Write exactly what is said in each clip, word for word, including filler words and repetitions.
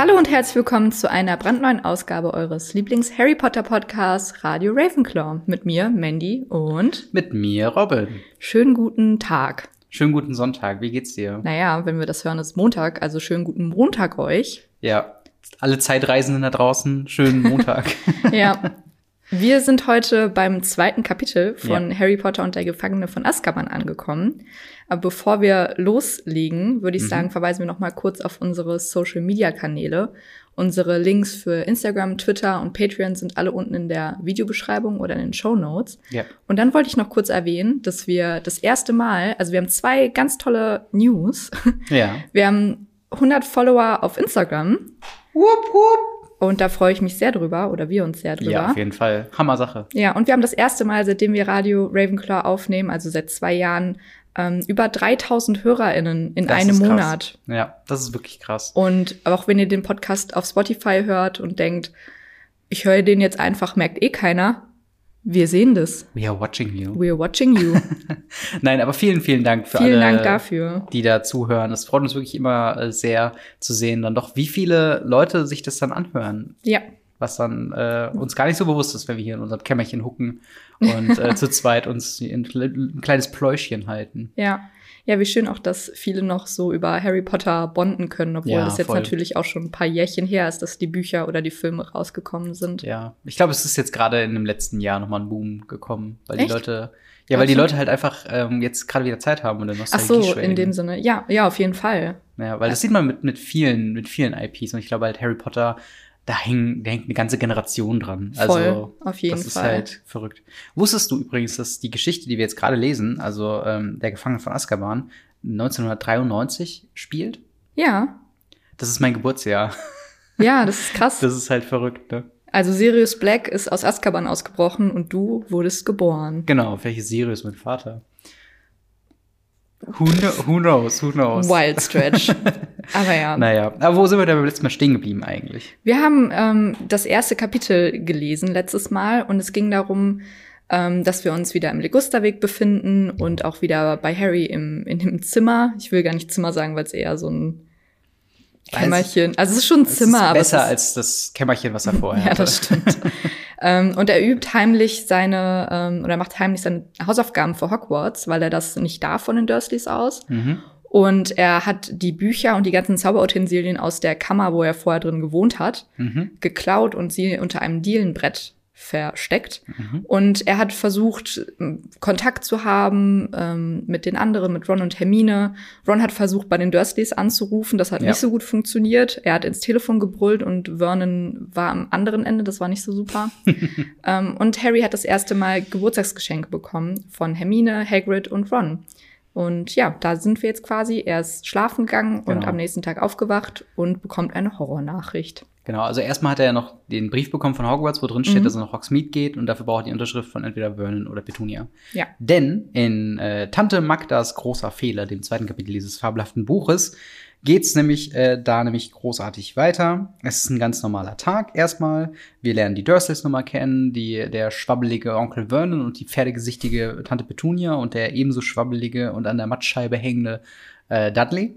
Hallo und herzlich willkommen zu einer brandneuen Ausgabe eures Lieblings-Harry Potter-Podcasts Radio Ravenclaw. Mit mir, Mandy, und mit mir, Robin. Schönen guten Tag. Schönen guten Sonntag. Wie geht's dir? Naja, wenn wir das hören, ist Montag, also schönen guten Montag euch. Ja, alle Zeitreisenden da draußen, schönen Montag. Ja, wir sind heute beim zweiten Kapitel von ja. Harry Potter und der Gefangene von Azkaban angekommen. Aber bevor wir loslegen, würde ich mhm. sagen, verweisen wir noch mal kurz auf unsere Social-Media-Kanäle. Unsere Links für Instagram, Twitter und Patreon sind alle unten in der Videobeschreibung oder in den Shownotes. Ja. Und dann wollte ich noch kurz erwähnen, dass wir das erste Mal, also wir haben zwei ganz tolle News. Ja. Wir haben hundert Follower auf Instagram. Wupp, wupp. Und da freue ich mich sehr drüber, oder wir uns sehr drüber. Ja, auf jeden Fall. Hammer-Sache. Ja, und wir haben das erste Mal, seitdem wir Radio Ravenclaw aufnehmen, also seit zwei Jahren, ähm, über dreitausend HörerInnen in das einem ist krass. Monat. Ja, das ist wirklich krass. Und auch wenn ihr den Podcast auf Spotify hört und denkt, ich höre den jetzt einfach, merkt eh keiner, wir sehen das. We are watching you. We are watching you. Nein, aber vielen, vielen Dank für vielen alle, Dank dafür. Die da zuhören. Es freut uns wirklich immer sehr zu sehen, dann doch, wie viele Leute sich das dann anhören. Ja. Was dann äh, uns gar nicht so bewusst ist, wenn wir hier in unserem Kämmerchen hucken und äh, zu zweit uns ein, ein kleines Pläuschchen halten. Ja. Ja, wie schön auch, dass viele noch so über Harry Potter bonden können, obwohl ja, das jetzt voll. natürlich auch schon ein paar Jährchen her ist, dass die Bücher oder die Filme rausgekommen sind. Ja, ich glaube, es ist jetzt gerade in dem letzten Jahr nochmal ein Boom gekommen, weil Echt? die Leute, ja, weil die Leute halt einfach ähm, jetzt gerade wieder Zeit haben und eine Nostalgie Ach so, schwelgen. in dem Sinne, ja, ja, auf jeden Fall. Ja, weil das sieht man mit mit vielen mit vielen I Ps und ich glaube halt Harry Potter, da hängt, da hängt eine ganze Generation dran. Voll, also, auf jeden das ist Fall. halt verrückt. Wusstest du übrigens, dass die Geschichte, die wir jetzt gerade lesen, also ähm, der Gefangene von Azkaban, neunzehnhundertdreiundneunzig spielt? Ja. Das ist mein Geburtsjahr. Ja, das ist krass. Das ist halt verrückt, ne? Also Sirius Black ist aus Azkaban ausgebrochen und du wurdest geboren. Genau, welches Sirius, mein Vater? Who, kn- who knows, who knows? Wild Stretch. Aber ja. Naja, aber wo sind wir denn beim letzten Mal stehen geblieben eigentlich? Wir haben ähm, das erste Kapitel gelesen letztes Mal und es ging darum, ähm, dass wir uns wieder im Ligusterweg befinden und auch wieder bei Harry im in dem Zimmer. Ich will gar nicht Zimmer sagen, weil es eher so ein Kämmerchen. Also es ist schon ein Zimmer, aber es ist besser es ist als das Kämmerchen, was er vorher hatte. Ja, das stimmt. ähm, und er übt heimlich seine ähm, oder macht heimlich seine Hausaufgaben für Hogwarts, weil er das nicht darf von den Dursleys aus. Mhm. Und er hat die Bücher und die ganzen Zauberutensilien aus der Kammer, wo er vorher drin gewohnt hat, mhm. geklaut und sie unter einem Dielenbrett versteckt. Mhm. Und er hat versucht, Kontakt zu haben ähm, mit den anderen, mit Ron und Hermine. Ron hat versucht, bei den Dursleys anzurufen. Das hat ja. nicht so gut funktioniert. Er hat ins Telefon gebrüllt und Vernon war am anderen Ende. Das war nicht so super. ähm, und Harry hat das erste Mal Geburtstagsgeschenke bekommen von Hermine, Hagrid und Ron. Und ja, da sind wir jetzt quasi. Er ist schlafen gegangen genau. und am nächsten Tag aufgewacht und bekommt eine Horrornachricht. Genau, also erstmal hat er ja noch den Brief bekommen von Hogwarts, wo drin steht, mhm. dass er nach Hogsmeade geht und dafür braucht er die Unterschrift von entweder Vernon oder Petunia. Ja. Denn in äh, Tante Magdas großer Fehler, dem zweiten Kapitel dieses fabelhaften Buches, geht's nämlich äh, da nämlich großartig weiter. Es ist ein ganz normaler Tag erstmal. Wir lernen die Dursleys nochmal kennen, die der schwabbelige Onkel Vernon und die pferdegesichtige Tante Petunia und der ebenso schwabbelige und an der Mattscheibe hängende äh, Dudley.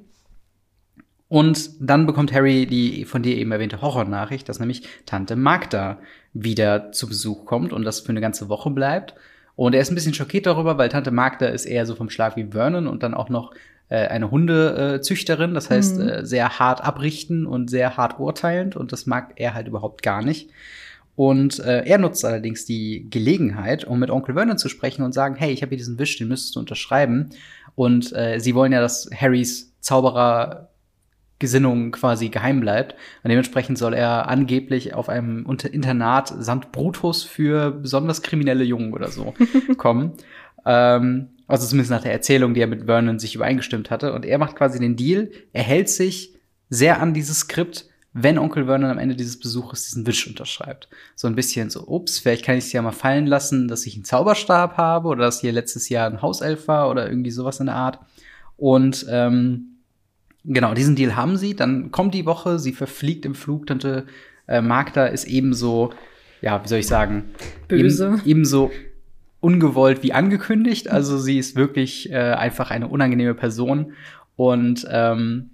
Und dann bekommt Harry die von dir eben erwähnte Horrornachricht, dass nämlich Tante Magda wieder zu Besuch kommt und das für eine ganze Woche bleibt. Und er ist ein bisschen schockiert darüber, weil Tante Magda ist eher so vom Schlag wie Vernon und dann auch noch äh, eine Hundezüchterin. Das heißt, mhm. äh, sehr hart abrichten und sehr hart urteilend. Und das mag er halt überhaupt gar nicht. Und äh, er nutzt allerdings die Gelegenheit, um mit Onkel Vernon zu sprechen und sagen, hey, ich habe hier diesen Wisch, den müsstest du unterschreiben. Und äh, sie wollen ja, dass Harrys Zauberer Gesinnung quasi geheim bleibt. Und dementsprechend soll er angeblich auf einem Internat samt Brutus für besonders kriminelle Jungen oder so kommen. ähm, also zumindest nach der Erzählung, die er mit Vernon sich übereingestimmt hatte. Und er macht quasi den Deal, er hält sich sehr an dieses Skript, wenn Onkel Vernon am Ende dieses Besuches diesen Wisch unterschreibt. So ein bisschen so, ups, vielleicht kann ich es ja mal fallen lassen, dass ich einen Zauberstab habe oder dass hier letztes Jahr ein Hauself war oder irgendwie sowas in der Art. Und ähm, genau, diesen Deal haben sie. Dann kommt die Woche, sie verfliegt im Flug. Tante äh, Magda ist ebenso, ja, wie soll ich sagen, böse. Eben, ebenso ungewollt wie angekündigt. Also sie ist wirklich äh, einfach eine unangenehme Person. Und ähm,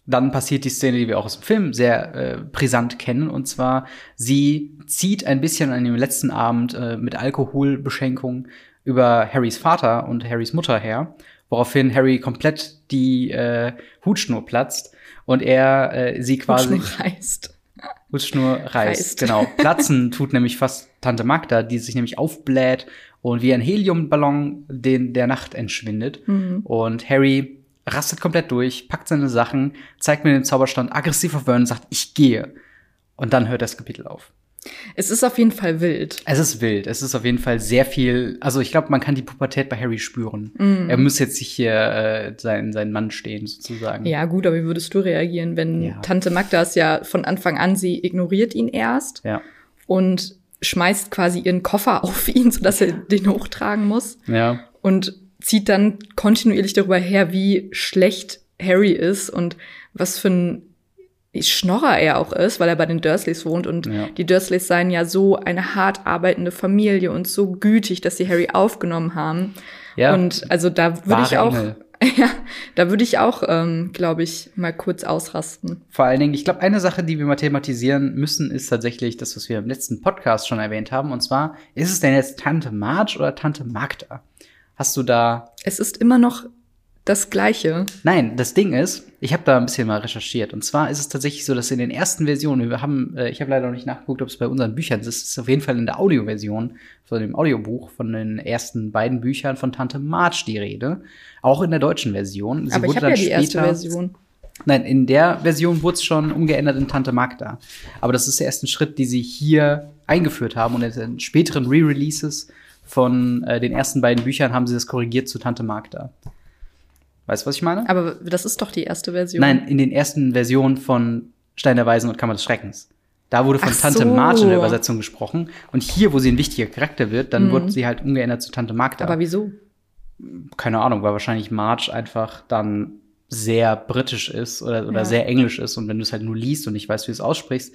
dann passiert die Szene, die wir auch aus dem Film sehr äh, brisant kennen. Und zwar, sie zieht ein bisschen an dem letzten Abend äh, mit Alkoholbeschenkung über Harrys Vater und Harrys Mutter her, woraufhin Harry komplett die äh, Hutschnur platzt und er äh, sie quasi Hutschnur reißt. Hutschnur reißt, reißt. Genau. Platzen tut nämlich fast Tante Magda, die sich nämlich aufbläht und wie ein Heliumballon den der Nacht entschwindet. Mhm. Und Harry rastet komplett durch, packt seine Sachen, zeigt mir den Zauberstand aggressiv auf Vernon und sagt, ich gehe. Und dann hört das Kapitel auf. Es ist auf jeden Fall wild. Es ist wild. Es ist auf jeden Fall sehr viel. Also ich glaube, man kann die Pubertät bei Harry spüren. Mm. Er muss jetzt nicht hier äh, sein, sein Mann stehen, sozusagen. Ja, gut, aber wie würdest du reagieren, wenn Ja. Tante Magda es ja von Anfang an, sie ignoriert ihn erst Ja. und schmeißt quasi ihren Koffer auf ihn, sodass er den hochtragen muss. Ja. Und zieht dann kontinuierlich darüber her, wie schlecht Harry ist und was für ein Schnorrer er auch ist, weil er bei den Dursleys wohnt. Und Ja. die Dursleys seien ja so eine hart arbeitende Familie und so gütig, dass sie Harry aufgenommen haben. Ja. Und also da würde Wahre ich auch, Engel. ja, da würde ich auch, ähm, glaube ich, mal kurz ausrasten. Vor allen Dingen, ich glaube, eine Sache, die wir mal thematisieren müssen, ist tatsächlich das, was wir im letzten Podcast schon erwähnt haben. Und zwar, ist es denn jetzt Tante Marge oder Tante Magda? Hast du da Es ist immer noch das Gleiche. Nein, das Ding ist, ich habe da ein bisschen mal recherchiert. Und zwar ist es tatsächlich so, dass in den ersten Versionen, wir haben, äh, ich habe leider noch nicht nachgeguckt, ob es bei unseren Büchern ist, es ist auf jeden Fall in der Audioversion, von dem Audiobuch, von den ersten beiden Büchern von Tante Marge die Rede. Auch in der deutschen Version. Sie Aber ich wurde habe ja dann die erste später- Version. Nein, in der Version wurde es schon umgeändert in Tante Magda. Aber das ist der erste Schritt, die sie hier eingeführt haben. Und in den späteren Re-Releases von äh, den ersten beiden Büchern haben sie das korrigiert zu Tante Magda. Weißt du, was ich meine? Aber das ist doch die erste Version. Nein, in den ersten Versionen von Stein der Weisen und Kammer des Schreckens. Da wurde von Ach Tante so. Marge in der Übersetzung gesprochen. Und hier, wo sie ein wichtiger Charakter wird, dann Mhm. wurde sie halt umgeändert zu Tante Magda. Aber wieso? Keine Ahnung, weil wahrscheinlich Marge einfach dann sehr britisch ist oder, oder Ja. sehr englisch ist. Und wenn du es halt nur liest und nicht weißt, wie du es aussprichst,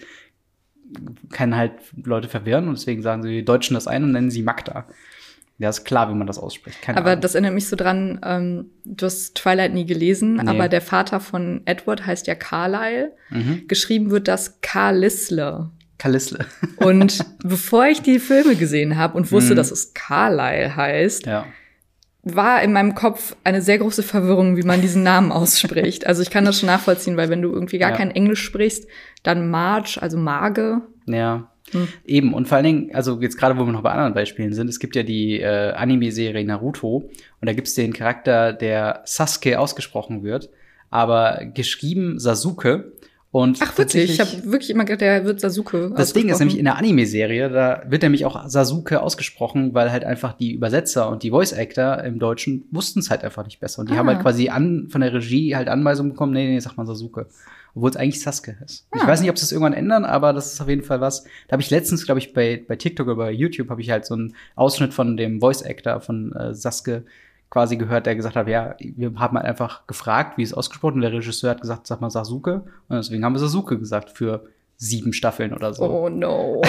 kann halt Leute verwirren. Und deswegen sagen sie, die Deutschen das ein und nennen sie Magda. Ja, ist klar, wie man das ausspricht. Keine Aber Ahnung. das erinnert mich so dran, ähm, du hast Twilight nie gelesen, Nee. aber der Vater von Edward heißt ja Carlyle. Mhm. Geschrieben wird das Carlisle. Kalisle. Und bevor ich die Filme gesehen habe und wusste, Mhm. dass es Carlyle heißt, Ja. war in meinem Kopf eine sehr große Verwirrung, wie man diesen Namen ausspricht. Also ich kann das schon nachvollziehen, weil wenn du irgendwie gar Ja. kein Englisch sprichst, dann Marge, also Marge. Ja. Hm. Eben, und vor allen Dingen, also jetzt gerade, wo wir noch bei anderen Beispielen sind, es gibt ja die äh, Anime-Serie Naruto und da gibt's den Charakter, der Sasuke ausgesprochen wird, aber geschrieben Sasuke. Und Ach wirklich, ich tatsächlich- habe wirklich immer gedacht, der wird Sasuke. Das Ding ist ausgesprochen. nämlich in der Anime-Serie, da wird nämlich auch Sasuke ausgesprochen, weil halt einfach die Übersetzer und die Voice-Actor im Deutschen wussten es halt einfach nicht besser. Und die Ah. haben halt quasi an, von der Regie halt Anweisungen bekommen, nee, nee, sag mal Sasuke. Obwohl es eigentlich Sasuke ist. Ich Ah. weiß nicht, ob sie es irgendwann ändern, aber das ist auf jeden Fall was. Da habe ich letztens, glaube ich, bei, bei TikTok oder bei YouTube habe ich halt so einen Ausschnitt von dem Voice-Actor von äh, Sasuke quasi gehört, der gesagt hat, ja, wir haben halt einfach gefragt, wie es ausgesprochen und der Regisseur hat gesagt, sag mal Sasuke. Und deswegen haben wir Sasuke gesagt für sieben Staffeln oder so. Oh no.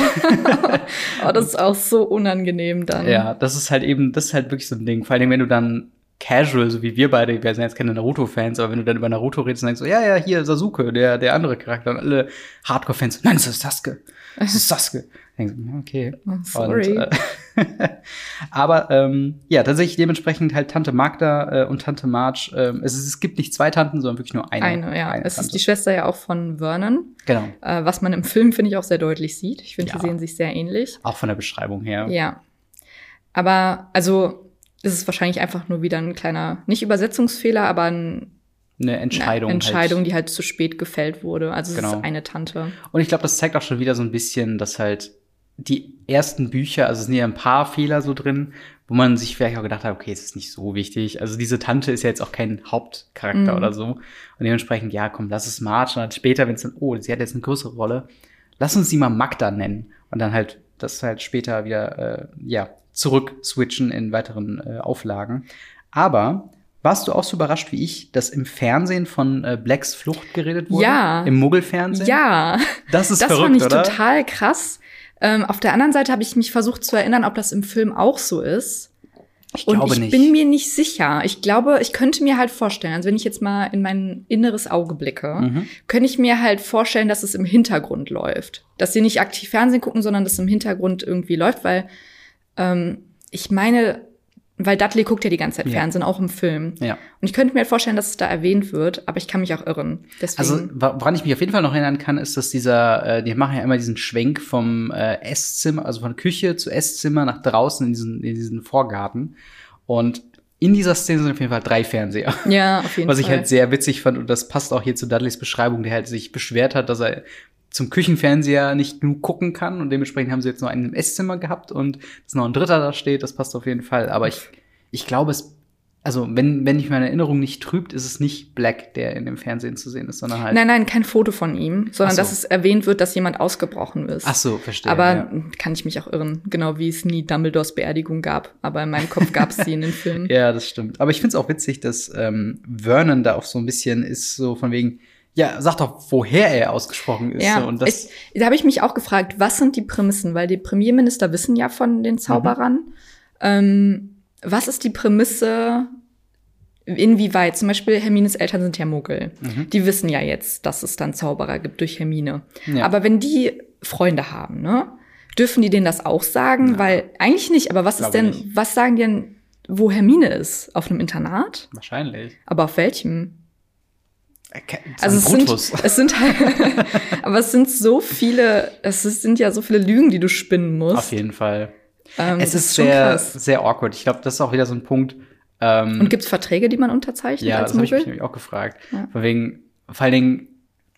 Oh, das ist auch so unangenehm dann. Ja, das ist halt eben, das ist halt wirklich so ein Ding. Vor allem, wenn du dann casual, so wie wir beide, wir sind jetzt keine Naruto-Fans, aber wenn du dann über Naruto redest und denkst so, ja, ja, hier Sasuke, der, der andere Charakter und alle Hardcore-Fans, nein, das ist Sasuke. Das ist Sasuke. Denkst du, okay. Oh, sorry. Und, äh, aber ähm, ja, tatsächlich dementsprechend halt Tante Magda äh, und Tante Marge. Ähm, es, ist, es gibt nicht zwei Tanten, sondern wirklich nur eine. Eine, ja. eine es Tante. ist die Schwester ja auch von Vernon, Genau. äh, was man im Film, finde ich, auch sehr deutlich sieht. Ich finde, Ja. die sehen sich sehr ähnlich. Auch von der Beschreibung her. Ja. Aber, also, es ist wahrscheinlich einfach nur wieder ein kleiner, nicht Übersetzungsfehler, aber ein, Eine Entscheidung. eine Entscheidung, halt. die halt zu spät gefällt wurde. Also, es Genau. ist eine Tante. Und ich glaube, das zeigt auch schon wieder so ein bisschen, dass halt die ersten Bücher, also es sind ja ein paar Fehler so drin, wo man sich vielleicht auch gedacht hat, okay, es ist nicht so wichtig. Also diese Tante ist ja jetzt auch kein Hauptcharakter Mhm. oder so. Und dementsprechend, ja, komm, lass es Marge. Und dann später, wenn es dann, oh, sie hat jetzt eine größere Rolle, lass uns sie mal Magda nennen. Und dann halt, das halt später wieder, äh, ja, zurück switchen in weiteren äh, Auflagen. Aber warst du auch so überrascht wie ich, dass im Fernsehen von äh, Blacks Flucht geredet wurde? Ja. Im Muggelfernsehen? Ja. Das ist Das verrückt, fand ich oder? total krass. Ähm, auf der anderen Seite habe ich mich versucht zu erinnern, ob das im Film auch so ist. Ich Und glaube ich nicht. bin mir nicht sicher. Ich glaube, ich könnte mir halt vorstellen, also wenn ich jetzt mal in mein inneres Auge blicke, Mhm. könnte ich mir halt vorstellen, dass es im Hintergrund läuft. Dass sie nicht aktiv Fernsehen gucken, sondern dass es im Hintergrund irgendwie läuft, weil ähm, ich meine, weil Dudley guckt ja die ganze Zeit Ja. Fernsehen, auch im Film. Ja. Und ich könnte mir halt vorstellen, dass es da erwähnt wird, aber ich kann mich auch irren. Deswegen, Also, wa- woran ich mich auf jeden Fall noch erinnern kann, ist, dass dieser, äh, die machen ja immer diesen Schwenk vom äh, Esszimmer, also von Küche zu Esszimmer nach draußen in diesen, in diesen Vorgarten. Und in dieser Szene sind auf jeden Fall drei Fernseher. ja, auf jeden Was Fall. ich halt sehr witzig fand, und das passt auch hier zu Dudleys Beschreibung, der halt sich beschwert hat, dass er zum Küchenfernseher nicht genug gucken kann. Und dementsprechend haben sie jetzt noch einen im Esszimmer gehabt und dass noch ein dritter da steht, das passt auf jeden Fall. Aber ich, ich glaube, es, also wenn, wenn mich meine Erinnerung nicht trübt, ist es nicht Black, der in dem Fernsehen zu sehen ist, sondern halt. Nein, nein, kein Foto von ihm, sondern Ach so. dass es erwähnt wird, dass jemand ausgebrochen ist. Ach so, verstehe. Aber ja. kann ich mich auch irren, genau wie es nie Dumbledores Beerdigung gab. Aber in meinem Kopf gab es sie in den Filmen. Ja, das stimmt. Aber ich finde es auch witzig, dass ähm, Vernon da auch so ein bisschen ist, so von wegen, ja, sag doch, woher er ausgesprochen ist. Ja, so, und das, ich, da habe ich mich auch gefragt, was sind die Prämissen? Weil die Premierminister wissen ja von den Zauberern. Mhm. Ähm, was ist die Prämisse, inwieweit? Zum Beispiel Hermines Eltern sind ja Muggel. Mhm. Die wissen ja jetzt, dass es dann Zauberer gibt durch Hermine. Ja. Aber wenn die Freunde haben, ne, dürfen die denen das auch sagen? Ja. Weil eigentlich nicht, aber was ist Glaube denn, nicht. was sagen die denn, wo Hermine ist? Auf einem Internat? wahrscheinlich. Aber auf welchem? Okay, Also es Sankt Brutus. sind, es sind halt, aber es sind so viele, es ist- sind ja so viele Lügen, die du spinnen musst. Auf jeden Fall. Ähm, es das ist schon sehr, krass. sehr awkward. Ich glaube, das ist auch wieder so ein Punkt. Ähm, Und gibt's Verträge, die man unterzeichnet ja, als das habe ich mich Muggel? nämlich auch gefragt. Ja. Von wegen, vor allen Dingen,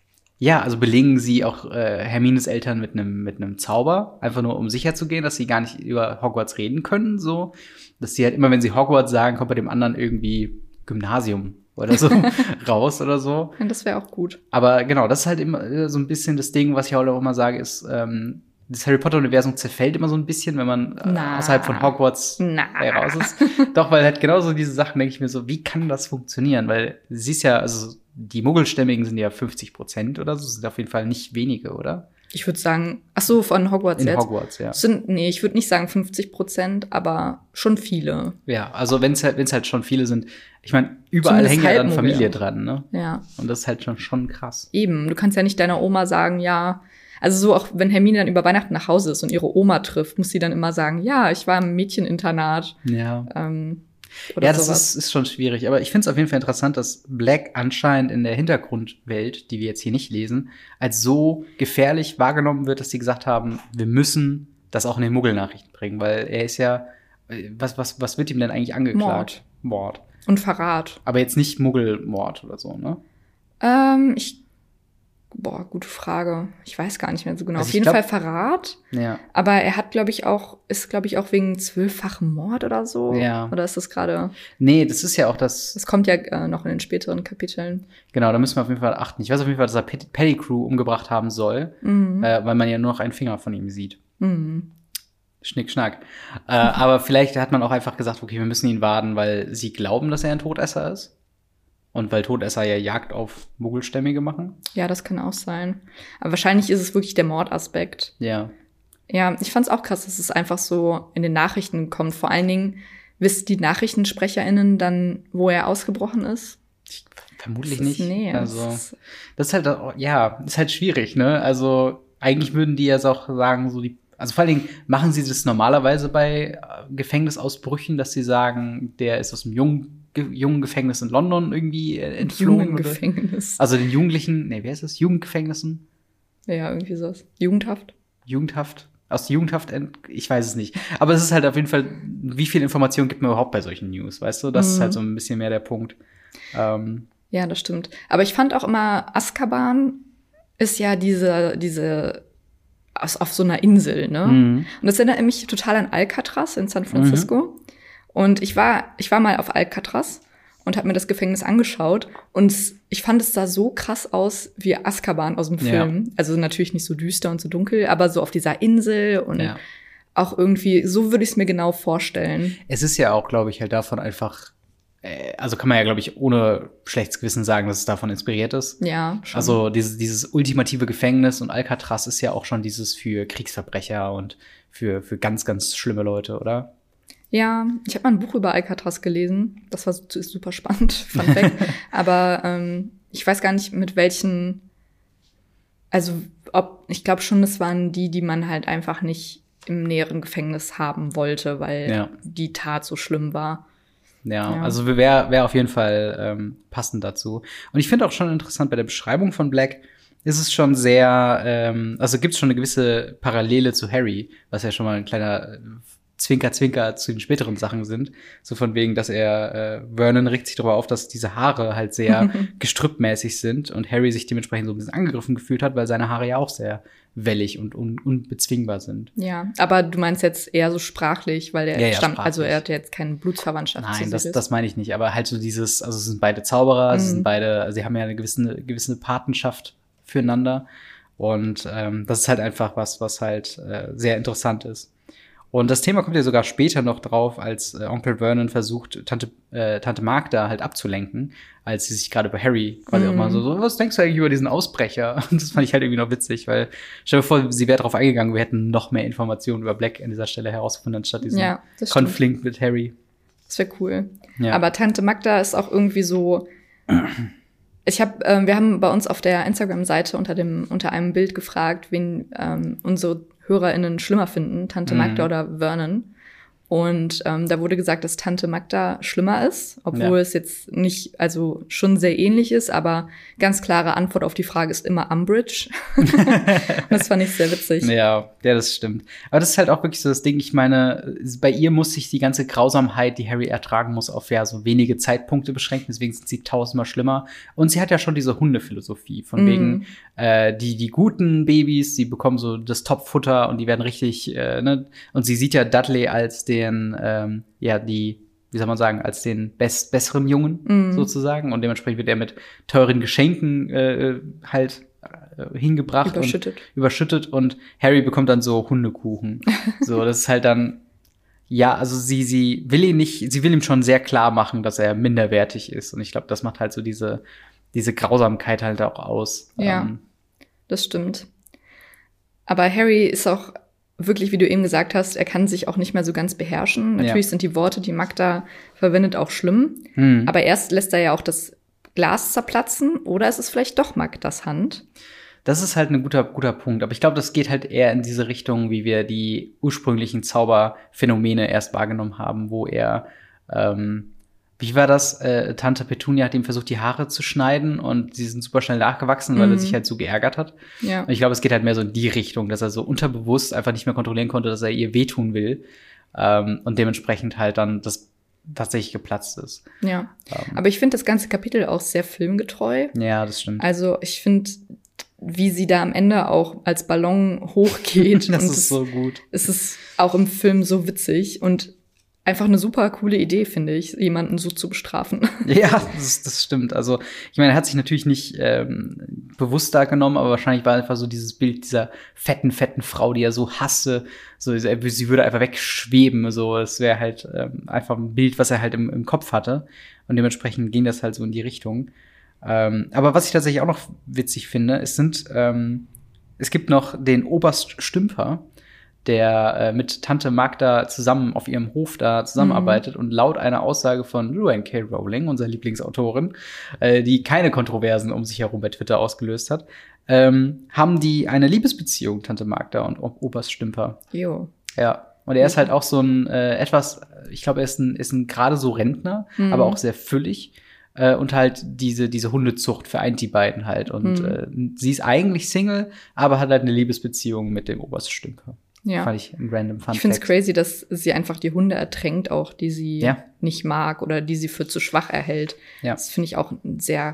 ja, also belegen sie auch äh, Hermines Eltern mit einem mit einem Zauber, einfach nur um sicher zu gehen, dass sie gar nicht über Hogwarts reden können, so, dass sie halt immer, wenn sie Hogwarts sagen, kommt bei dem anderen irgendwie Gymnasium oder so raus oder so. Ja, das wäre auch gut. Aber genau, das ist halt immer äh, so ein bisschen das Ding, was ich auch immer sage, ist, ähm, das Harry Potter-Universum zerfällt immer so ein bisschen, wenn man äh, Na. außerhalb von Hogwarts Na. äh, raus ist. Doch, weil halt genauso diese Sachen, denke ich mir so, wie kann das funktionieren? Weil sie ist ja, also die Muggelstämmigen sind ja fünfzig Prozent oder so, sind auf jeden Fall nicht wenige, oder? Ich würde sagen, ach so, von Hogwarts In jetzt. Hogwarts, ja. Sind, nee, ich würde nicht sagen fünfzig Prozent, aber schon viele. Ja, also wenn es halt, wenn's halt schon viele sind, ich meine, überall Zumindest hängt ja dann Halbmuggel Familie auch. dran, ne? Ja, Und das ist halt schon, schon krass. eben. Du kannst ja nicht deiner Oma sagen, ja, also so auch wenn Hermine dann über Weihnachten nach Hause ist und ihre Oma trifft, muss sie dann immer sagen, ja, ich war im Mädcheninternat. Ja. Ähm, oder Ja, das sowas. ist, ist schon schwierig. Aber ich finde es auf jeden Fall interessant, dass Black anscheinend in der Hintergrundwelt, die wir jetzt hier nicht lesen, als so gefährlich wahrgenommen wird, dass sie gesagt haben, wir müssen das auch in den Muggelnachrichten bringen, weil er ist ja, äh, was, was, was wird ihm denn eigentlich angeklagt? Mord. Und Verrat. Aber jetzt nicht Muggelmord oder so, ne? Ähm, ich, boah, gute Frage. Ich weiß gar nicht mehr so genau. Also Auf ich jeden glaub- Fall Verrat. Ja. Aber er hat, glaube ich, auch, ist, glaube ich, auch wegen zwölffachem Mord oder so. Ja. Oder ist das gerade, Nee, das ist ja auch das, das kommt ja äh, noch in den späteren Kapiteln. genau, da müssen wir auf jeden Fall achten. Ich weiß auf jeden Fall, dass er Pet- Pettigrew umgebracht haben soll, Mhm. äh, weil man ja nur noch einen Finger von ihm sieht. Mhm. Schnick, schnack. Äh, aber vielleicht hat man auch einfach gesagt, okay, wir müssen ihn warnen, weil sie glauben, dass er ein Todesser ist. Und weil Todesser ja Jagd auf Muggelstämmige machen. Ja, das kann auch sein. Aber wahrscheinlich ist es wirklich der Mordaspekt. Ja. Ja, ich fand's auch krass, dass es einfach so in den Nachrichten kommt. Vor allen Dingen wissen die NachrichtensprecherInnen dann, wo er ausgebrochen ist. Ich, vermutlich Das ist- nicht. Nee, also, das ist, das ist halt, auch- ja, ist halt schwierig, ne? Also, eigentlich würden die jetzt auch sagen, so die, also vor allen Dingen machen sie das normalerweise bei äh, Gefängnisausbrüchen, dass sie sagen, der ist aus dem jungen, ge jungen Gefängnis in London irgendwie äh, entflohen. oder- Gefängnis. Also den Jugendlichen, nee, wie heißt das? Jugendgefängnissen? Ja, irgendwie sowas. Jugendhaft. Jugendhaft? Aus der Jugendhaft, ent ich weiß es nicht. Aber es ist halt auf jeden Fall, wie viel Information gibt man überhaupt bei solchen News, weißt du? Das Mhm. ist halt so ein bisschen mehr der Punkt. Ähm, Ja, das stimmt. Aber ich fand auch immer, Azkaban ist ja diese, diese, aus, auf so einer Insel, ne? mhm. Und das erinnert mich total an Alcatraz in San Francisco. Und ich war, ich war mal auf Alcatraz und habe mir das Gefängnis angeschaut. Und es- ich fand, es sah so krass aus wie Azkaban aus dem Ja. Film. Also natürlich nicht so düster und so dunkel, aber so auf dieser Insel und Ja. auch irgendwie, so würde ich es mir genau vorstellen. Es ist ja auch, glaube ich, halt davon einfach, äh, also kann man ja, glaube ich, ohne schlechtes Gewissen sagen, dass es davon inspiriert ist. Ja, schon. Also dieses, dieses ultimative Gefängnis und Alcatraz ist ja auch schon dieses für Kriegsverbrecher und für, für ganz, ganz schlimme Leute, oder? Ja, ich habe mal ein Buch über Alcatraz gelesen. Das war super spannend, Fun Fact. Aber ähm, ich weiß gar nicht, mit welchen, also ob, ich glaube schon, das waren die, die man halt einfach nicht im näheren Gefängnis haben wollte, weil ja. die Tat so schlimm war. Ja, ja. also wäre wär auf jeden Fall ähm, passend dazu. Und ich finde auch schon interessant, bei der Beschreibung von Black ist es schon sehr, ähm, also gibt es schon eine gewisse Parallele zu Harry, was ja schon mal ein kleiner Zwinker-Zwinker zu den späteren Sachen sind. So von wegen, dass er, äh, Vernon regt sich darüber auf, dass diese Haare halt sehr gestrüppmäßig sind und Harry sich dementsprechend so ein bisschen angegriffen gefühlt hat, weil seine Haare ja auch sehr wellig und un- unbezwingbar sind. Ja, aber du meinst jetzt eher so sprachlich, weil er ja, ja, stammt, sprachlich. Also er hat jetzt keine Blutsverwandtschaft. Nein, das, das meine ich nicht, aber halt so dieses, also es sind beide Zauberer, Mhm. sie sind beide, also sie haben ja eine gewisse, gewisse Patenschaft füreinander und ähm, das ist halt einfach was, was halt äh, sehr interessant ist. Und das Thema kommt ja sogar später noch drauf, als äh, Onkel Vernon versucht, Tante, äh, Tante Magda halt abzulenken, als sie sich gerade bei Harry quasi Mhm. auch mal so, so, was denkst du eigentlich über diesen Ausbrecher? Und das fand ich halt irgendwie noch witzig, weil stell dir vor, sie wäre drauf eingegangen, wir hätten noch mehr Informationen über Black an dieser Stelle herausgefunden, anstatt diesen Ja, das stimmt. Konflikt mit Harry. Das wäre cool. Ja. Aber Tante Magda ist auch irgendwie so. Ich habe, ähm, wir haben bei uns auf der Instagram-Seite unter dem unter einem Bild gefragt, wen ähm, unsere HörerInnen schlimmer finden, Tante Magda Mhm. oder Vernon. Und ähm, da wurde gesagt, dass Tante Magda schlimmer ist, obwohl Ja. es jetzt nicht, also schon sehr ähnlich ist, aber ganz klare Antwort auf die Frage ist immer Umbridge. Das fand ich sehr witzig. Ja, ja, das stimmt. Aber das ist halt auch wirklich so das Ding, ich meine, bei ihr muss sich die ganze Grausamkeit, die Harry ertragen muss, auf ja so wenige Zeitpunkte beschränken, deswegen sind sie tausendmal schlimmer. Und sie hat ja schon diese Hundephilosophie, von Mhm. wegen, äh, die, die guten Babys, die bekommen so das Top-Futter und die werden richtig, äh, ne, und sie sieht ja Dudley als den, ähm, ja, die, wie soll man sagen, als den best, besseren Jungen, Mhm. sozusagen, und dementsprechend wird er mit teuren Geschenken äh, halt äh, hingebracht Überschüttet. und überschüttet und Harry bekommt dann so Hundekuchen. So, das ist halt dann, ja, also sie, sie will ihn nicht, sie will ihm schon sehr klar machen, dass er minderwertig ist. Und ich glaube, das macht halt so diese, diese Grausamkeit halt auch aus. Ja. Ähm, Das stimmt. Aber Harry ist auch wirklich, wie du eben gesagt hast, er kann sich auch nicht mehr so ganz beherrschen. Natürlich Ja. sind die Worte, die Magda verwendet, auch schlimm. hm. Aber erst lässt er ja auch das Glas zerplatzen. Oder ist es vielleicht doch Magdas Hand? Das ist halt ein guter, guter Punkt. Aber ich glaube, das geht halt eher in diese Richtung, wie wir die ursprünglichen Zauberphänomene erst wahrgenommen haben, wo er, ähm, wie war das? Äh, Tante Petunia hat ihm versucht, die Haare zu schneiden und sie sind super schnell nachgewachsen, weil Mhm. er sich halt so geärgert hat. Ja. Und ich glaube, es geht halt mehr so in die Richtung, dass er so unterbewusst einfach nicht mehr kontrollieren konnte, dass er ihr wehtun will. Ähm, und dementsprechend halt dann das tatsächlich geplatzt ist. Ja. Ähm, Aber ich finde das ganze Kapitel auch sehr filmgetreu. ja, das stimmt. Also ich finde, wie sie da am Ende auch als Ballon hochgeht. das und ist es, so gut. es ist auch im Film so witzig und einfach eine super coole Idee, finde ich, jemanden so zu bestrafen. Ja, das, das stimmt. Also, ich meine, er hat sich natürlich nicht ähm, bewusst da genommen, aber wahrscheinlich war einfach so dieses Bild dieser fetten, fetten Frau, die er so hasste. So, sie würde einfach wegschweben. So, es wäre halt ähm, einfach ein Bild, was er halt im, im Kopf hatte. Und dementsprechend ging das halt so in die Richtung. Ähm, aber was ich tatsächlich auch noch witzig finde, es sind, ähm, es gibt noch den Oberst Stümper, der äh, mit Tante Magda zusammen auf ihrem Hof da zusammenarbeitet. Mhm. Und laut einer Aussage von Joanne K. Rowling, unserer Lieblingsautorin, äh, die keine Kontroversen um sich herum bei Twitter ausgelöst hat, ähm, haben die eine Liebesbeziehung, Tante Magda und o- Oberst Stümper. Jo. Ja. Und er ist halt auch so ein äh, etwas, ich glaube, er ist ein, ist ein gerade so Rentner, Mhm. aber auch sehr füllig. Äh, und halt diese, diese Hundezucht vereint die beiden halt. Und Mhm. äh, sie ist eigentlich Single, aber hat halt eine Liebesbeziehung mit dem Oberst Stümper. Ja. Fand ich ein random Fun Ich finde es Fact. crazy, dass sie einfach die Hunde ertränkt, auch die sie Ja. nicht mag oder die sie für zu schwach erhält. Ja. Das finde ich auch eine sehr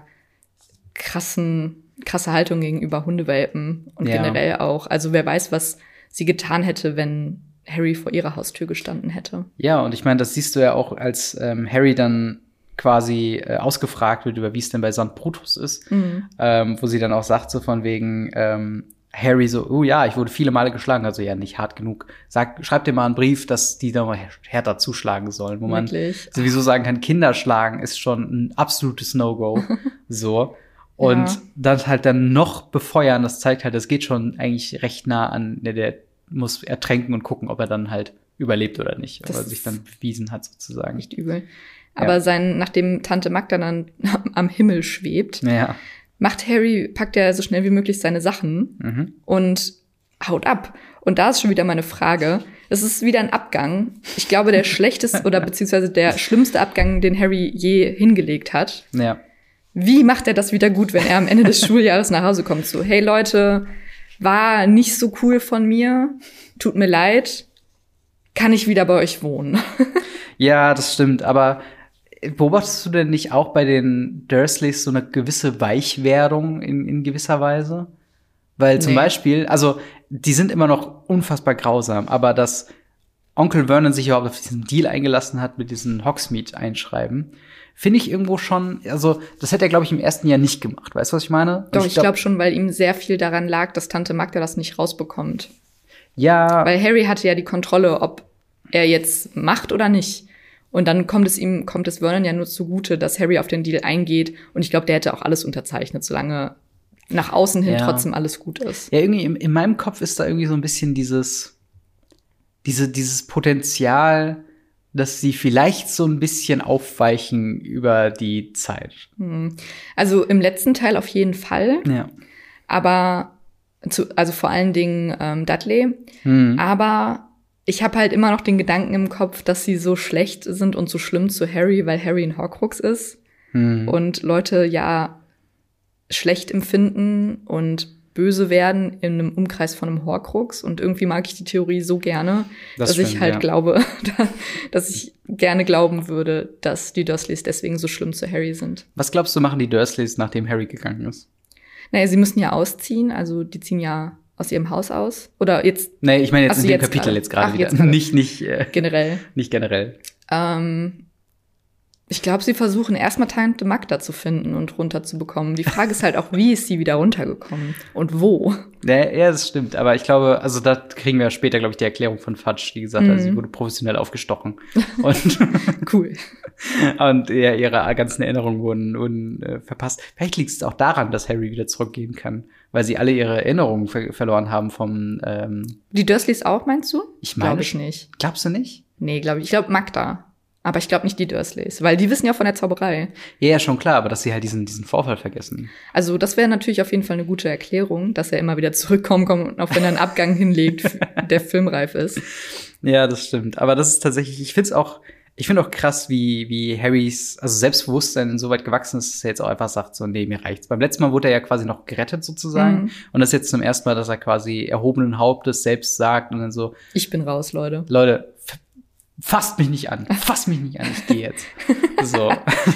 krassen, krasse Haltung gegenüber Hundewelpen und Ja. generell auch. Also wer weiß, was sie getan hätte, wenn Harry vor ihrer Haustür gestanden hätte. Ja, und ich meine, das siehst du ja auch, als ähm, Harry dann quasi äh, ausgefragt wird, über wie es denn bei Sankt Brutus ist, Mhm. ähm, wo sie dann auch sagt, so von wegen, ähm, Harry so, oh ja, ich wurde viele Male geschlagen, also ja, nicht hart genug. Sag, schreib dir mal einen Brief, dass die da mal härter zuschlagen sollen, wo man Wirklich? sowieso sagen kann, Kinder schlagen ist schon ein absolutes No-Go. So. Und Ja. das halt dann noch befeuern, das zeigt halt, das geht schon eigentlich recht nah an, der, der muss ertränken und gucken, ob er dann halt überlebt oder nicht, das aber sich dann bewiesen hat sozusagen. Nicht übel. Aber ja. sein, nachdem Tante Magda dann am Himmel schwebt, ja. macht Harry, packt er so schnell wie möglich seine Sachen mhm. und haut ab. Und da ist schon wieder meine Frage. Es ist wieder ein Abgang. Ich glaube, der schlechteste oder beziehungsweise der schlimmste Abgang, den Harry je hingelegt hat. Ja. Wie macht er das wieder gut, wenn er am Ende des Schuljahres nach Hause kommt? So, hey Leute, war nicht so cool von mir. Tut mir leid. Kann ich wieder bei euch wohnen? Ja, das stimmt. Aber beobachtest du denn nicht auch bei den Dursleys so eine gewisse Weichwerdung in, in gewisser Weise? Weil zum nee. Beispiel, also die sind immer noch unfassbar grausam, aber dass Onkel Vernon sich überhaupt auf diesen Deal eingelassen hat mit diesen Hogsmeade-Einschreiben, finde ich irgendwo schon, also das hätte er, glaube ich, im ersten Jahr nicht gemacht. Weißt du, was ich meine? Doch, ich glaube glaub schon, weil ihm sehr viel daran lag, dass Tante Magda das nicht rausbekommt. Ja. Weil Harry hatte ja die Kontrolle, ob er jetzt macht oder nicht. Und dann kommt es ihm, kommt es Vernon ja nur zugute, dass Harry auf den Deal eingeht. Und ich glaube, der hätte auch alles unterzeichnet, solange nach außen hin ja. trotzdem alles gut ist. Ja, irgendwie in, in meinem Kopf ist da irgendwie so ein bisschen dieses, diese, dieses Potenzial, dass sie vielleicht so ein bisschen aufweichen über die Zeit. Hm. Also im letzten Teil auf jeden Fall. Ja. Aber, zu, also vor allen Dingen ähm, Dudley. Hm. Aber ich habe halt immer noch den Gedanken im Kopf, dass sie so schlecht sind und so schlimm zu Harry, weil Harry ein Horcrux ist. Hm. Und Leute ja schlecht empfinden und böse werden in einem Umkreis von einem Horcrux. Und irgendwie mag ich die Theorie so gerne, das dass stimmt, ich halt ja. glaube, dass ich gerne glauben würde, dass die Dursleys deswegen so schlimm zu Harry sind. Was glaubst du, machen die Dursleys, nachdem Harry gegangen ist? Naja, sie müssen ja ausziehen. Also die ziehen ja aus ihrem Haus aus. Oder jetzt. Nee, ich meine jetzt in dem jetzt Kapitel grade. jetzt gerade wieder. Jetzt nicht, nicht äh, generell. Nicht generell. Ähm, Ich glaube, sie versuchen erstmal Tante Magda zu finden und runterzubekommen. Die Frage ist halt auch, wie ist sie wieder runtergekommen und wo? Ja, ja, das stimmt. Aber ich glaube, also da kriegen wir später, glaube ich, die Erklärung von Fudge, die gesagt hat, mhm. sie wurde professionell aufgestochen. Und cool. Und ja, ihre ganzen Erinnerungen wurden, wurden äh, verpasst. Vielleicht liegt es auch daran, dass Harry wieder zurückgehen kann, weil sie alle ihre Erinnerungen ver- verloren haben vom ähm Die Dursleys auch, meinst du? Ich meine, glaube ich nicht. Glaubst du nicht? Nee, glaube ich. Ich glaube Magda. Aber ich glaube nicht die Dursleys, weil die wissen ja von der Zauberei. Ja, ja, schon klar, aber dass sie halt diesen, diesen Vorfall vergessen. Also das wäre natürlich auf jeden Fall eine gute Erklärung, dass er immer wieder zurückkommen kommt, auch wenn er einen Abgang hinlegt, der filmreif ist. Ja, das stimmt. Aber das ist tatsächlich, ich finde es auch, ich finde auch krass, wie, wie Harrys, also Selbstbewusstsein insoweit gewachsen ist, dass er jetzt auch einfach sagt, so, nee, mir reicht's. Beim letzten Mal wurde er ja quasi noch gerettet sozusagen. Mhm. Und das ist jetzt zum ersten Mal, dass er quasi erhobenen Hauptes selbst sagt und dann so, ich bin raus, Leute. Leute, fasst mich nicht an, fasst mich nicht an, ich gehe jetzt. So.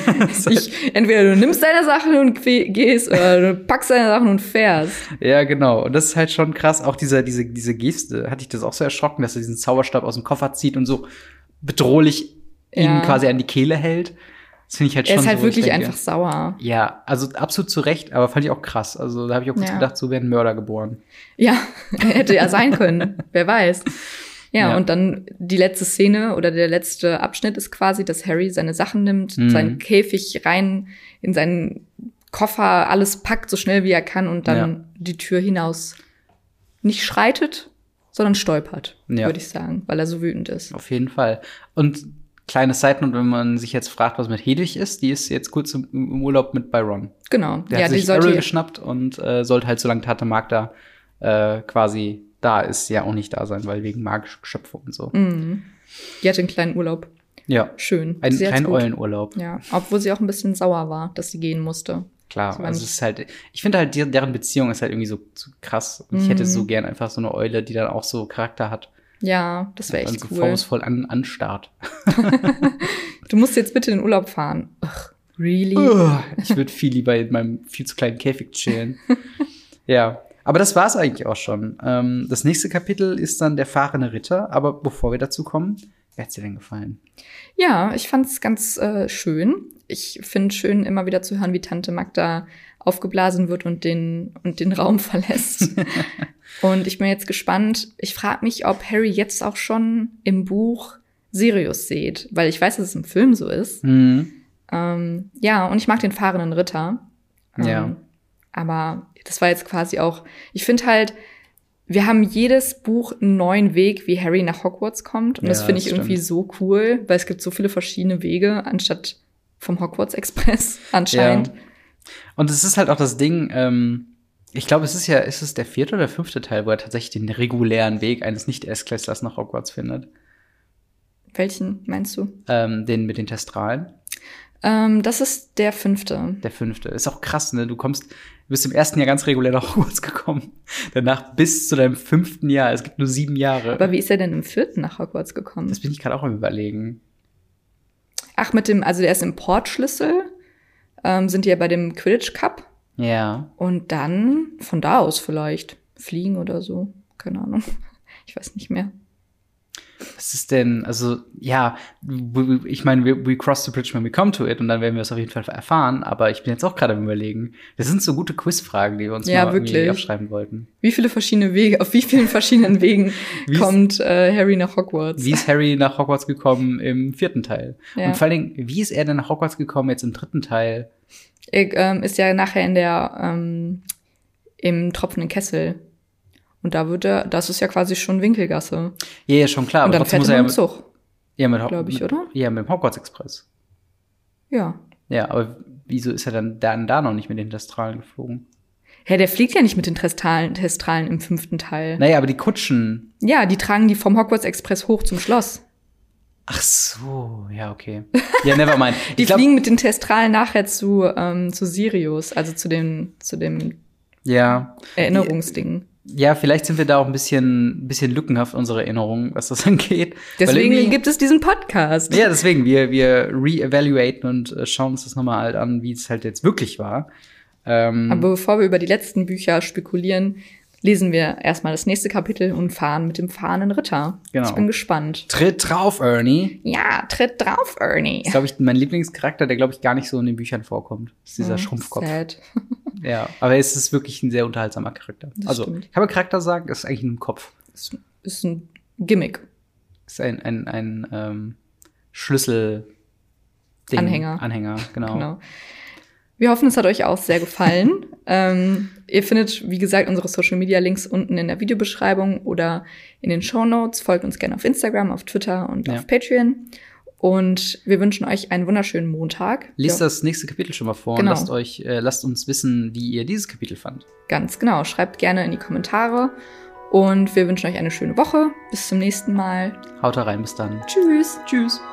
ich, entweder du nimmst deine Sachen und gehst oder du packst deine Sachen und fährst. Ja, genau. Und das ist halt schon krass. Auch diese, diese, diese Geste, hatte ich das auch so erschrocken, dass er diesen Zauberstab aus dem Koffer zieht und so bedrohlich ja. ihn quasi an die Kehle hält. Das finde ich halt schon so. Er ist halt so, wirklich denke, einfach sauer. Ja, also absolut zu Recht, aber fand ich auch krass. Also da habe ich auch kurz ja. gedacht, so werden Mörder geboren. Ja, hätte ja sein können. Wer weiß. Ja, ja, und dann die letzte Szene oder der letzte Abschnitt ist quasi, dass Harry seine Sachen nimmt, mhm. seinen Käfig rein in seinen Koffer, alles packt, so schnell wie er kann und dann ja. die Tür hinaus nicht schreitet, sondern stolpert, ja. würde ich sagen, weil er so wütend ist. Auf jeden Fall. Und kleine Side-Note, wenn man sich jetzt fragt, was mit Hedwig ist, die ist jetzt kurz im, im Urlaub mit Byron. Genau. Der ja, hat sich die sollte Errol geschnappt und äh, sollte halt, solange Tante Magda äh, quasi da ist, ja auch nicht da sein, weil wegen magischen Geschöpfe und so. Mhm. Die hatte einen kleinen Urlaub. Ja. Schön. Einen kleinen Eulenurlaub. Ja, obwohl sie auch ein bisschen sauer war, dass sie gehen musste. Klar, also es ist halt, ich finde halt, deren Beziehung ist halt irgendwie so, so krass. Und mhm. ich hätte so gern einfach so eine Eule, die dann auch so Charakter hat. Ja, das wäre echt so cool. vorwurfsvoll an, anstarrt. Du musst jetzt bitte in den Urlaub fahren. Ugh, really? Ich würde viel lieber in meinem viel zu kleinen Käfig chillen. Ja. Aber das war's eigentlich auch schon. Ähm, das nächste Kapitel ist dann der fahrende Ritter. Aber bevor wir dazu kommen, wie hat's dir denn gefallen? Ja, ich fand's ganz äh, schön. Ich finde schön, immer wieder zu hören, wie Tante Magda aufgeblasen wird und den, und den Raum verlässt. Und ich bin jetzt gespannt. Ich frage mich, ob Harry jetzt auch schon im Buch Sirius sieht. Weil ich weiß, dass es im Film so ist. Mhm. Ähm, ja, und ich mag den fahrenden Ritter. Ähm, ja. Aber das war jetzt quasi auch, ich finde halt, wir haben jedes Buch einen neuen Weg, wie Harry nach Hogwarts kommt. Und Ja, das finde ich das irgendwie stimmt. so cool, weil es gibt so viele verschiedene Wege, anstatt vom Hogwarts Express anscheinend. Ja. Und es ist halt auch das Ding, ähm, ich glaube, es ist ja, ist es der vierte oder fünfte Teil, wo er tatsächlich den regulären Weg eines Nicht-Erstklässlers nach Hogwarts findet. Welchen meinst du? Ähm, den mit den Testralen. Ähm, das ist der fünfte. Der fünfte. Ist auch krass, ne? Du kommst, du bist im ersten Jahr ganz regulär nach Hogwarts gekommen. Danach bis zu deinem fünften Jahr. Es gibt nur sieben Jahre. Aber wie ist er denn im vierten nach Hogwarts gekommen? Das bin ich gerade auch am Überlegen. Ach, mit dem, also der ist im Portschlüssel, ähm, sind die ja bei dem Quidditch Cup. Ja. Und dann von da aus vielleicht fliegen oder so. Keine Ahnung. Ich weiß nicht mehr. Was ist denn, also, ja, w- w- ich meine, we, we cross the bridge when we come to it und dann werden wir es auf jeden Fall erfahren, aber ich bin jetzt auch gerade am Überlegen. Das sind so gute Quizfragen, die wir uns Ja, mal irgendwie wirklich. aufschreiben wollten. Wie viele verschiedene Wege, auf wie vielen verschiedenen Wegen Wie ist- kommt äh, Harry nach Hogwarts? Wie ist Harry nach Hogwarts gekommen im vierten Teil? Ja. Und vor allen Dingen, wie ist er denn nach Hogwarts gekommen jetzt im dritten Teil? Er, ähm, ist ja nachher in der, ähm, im tropfenden Kessel. Und da wird er, das ist ja quasi schon Winkelgasse. Ja, ja, schon klar, Und aber dann trotzdem fährt muss er er ja mit dem Zug. ja, mit, Ho- glaub ich, mit, oder? Ja, mit dem Hogwarts Express. Ja. Ja, aber wieso ist er dann da, da noch nicht mit den Testralen geflogen? Hä, der fliegt ja nicht mit den Testralen, Testralen im fünften Teil. Naja, aber die Kutschen. Ja, die tragen die vom Hogwarts Express hoch zum Schloss. Ach so, ja, okay. Ja, never mind. Die Ich glaub, fliegen mit den Testralen nachher zu, ähm, zu Sirius, also zu dem, zu dem ja. Erinnerungsding. Ja, vielleicht sind wir da auch ein bisschen, bisschen lückenhaft, unsere Erinnerungen, was das angeht. Weil Deswegen irgendwie- gibt es diesen Podcast. Ja, deswegen, wir, wir re-evaluaten und äh, schauen uns das nochmal halt an, wie es halt jetzt wirklich war. Ähm, Aber bevor wir über die letzten Bücher spekulieren, lesen wir erstmal das nächste Kapitel und fahren mit dem fahrenden Ritter. Genau. Ich bin gespannt. Tritt drauf, Ernie. Ja, tritt drauf, Ernie. Das ist, glaube ich, mein Lieblingscharakter, der, glaube ich, gar nicht so in den Büchern vorkommt. Das ist dieser Ja, Schrumpfkopf. sad. Ja, aber es ist wirklich ein sehr unterhaltsamer Charakter. Das also, stimmt. kann man Charakter sagen, ist eigentlich nur ein Kopf. Ist, ist ein Gimmick. Ist ein, ein, ein ähm, Schlüssel Ding. Anhänger. Anhänger, genau. Genau. Wir hoffen, es hat euch auch sehr gefallen. ähm, ihr findet, wie gesagt, unsere Social-Media-Links unten in der Videobeschreibung oder in den Shownotes. Folgt uns gerne auf Instagram, auf Twitter und Ja. auf Patreon. Und wir wünschen euch einen wunderschönen Montag. Lest Ja, das nächste Kapitel schon mal vor Genau. und lasst euch, äh, lasst uns wissen, wie ihr dieses Kapitel fand. ganz genau. Schreibt gerne in die Kommentare. Und wir wünschen euch eine schöne Woche. Bis zum nächsten Mal. Haut da rein, bis dann. Tschüss. Tschüss.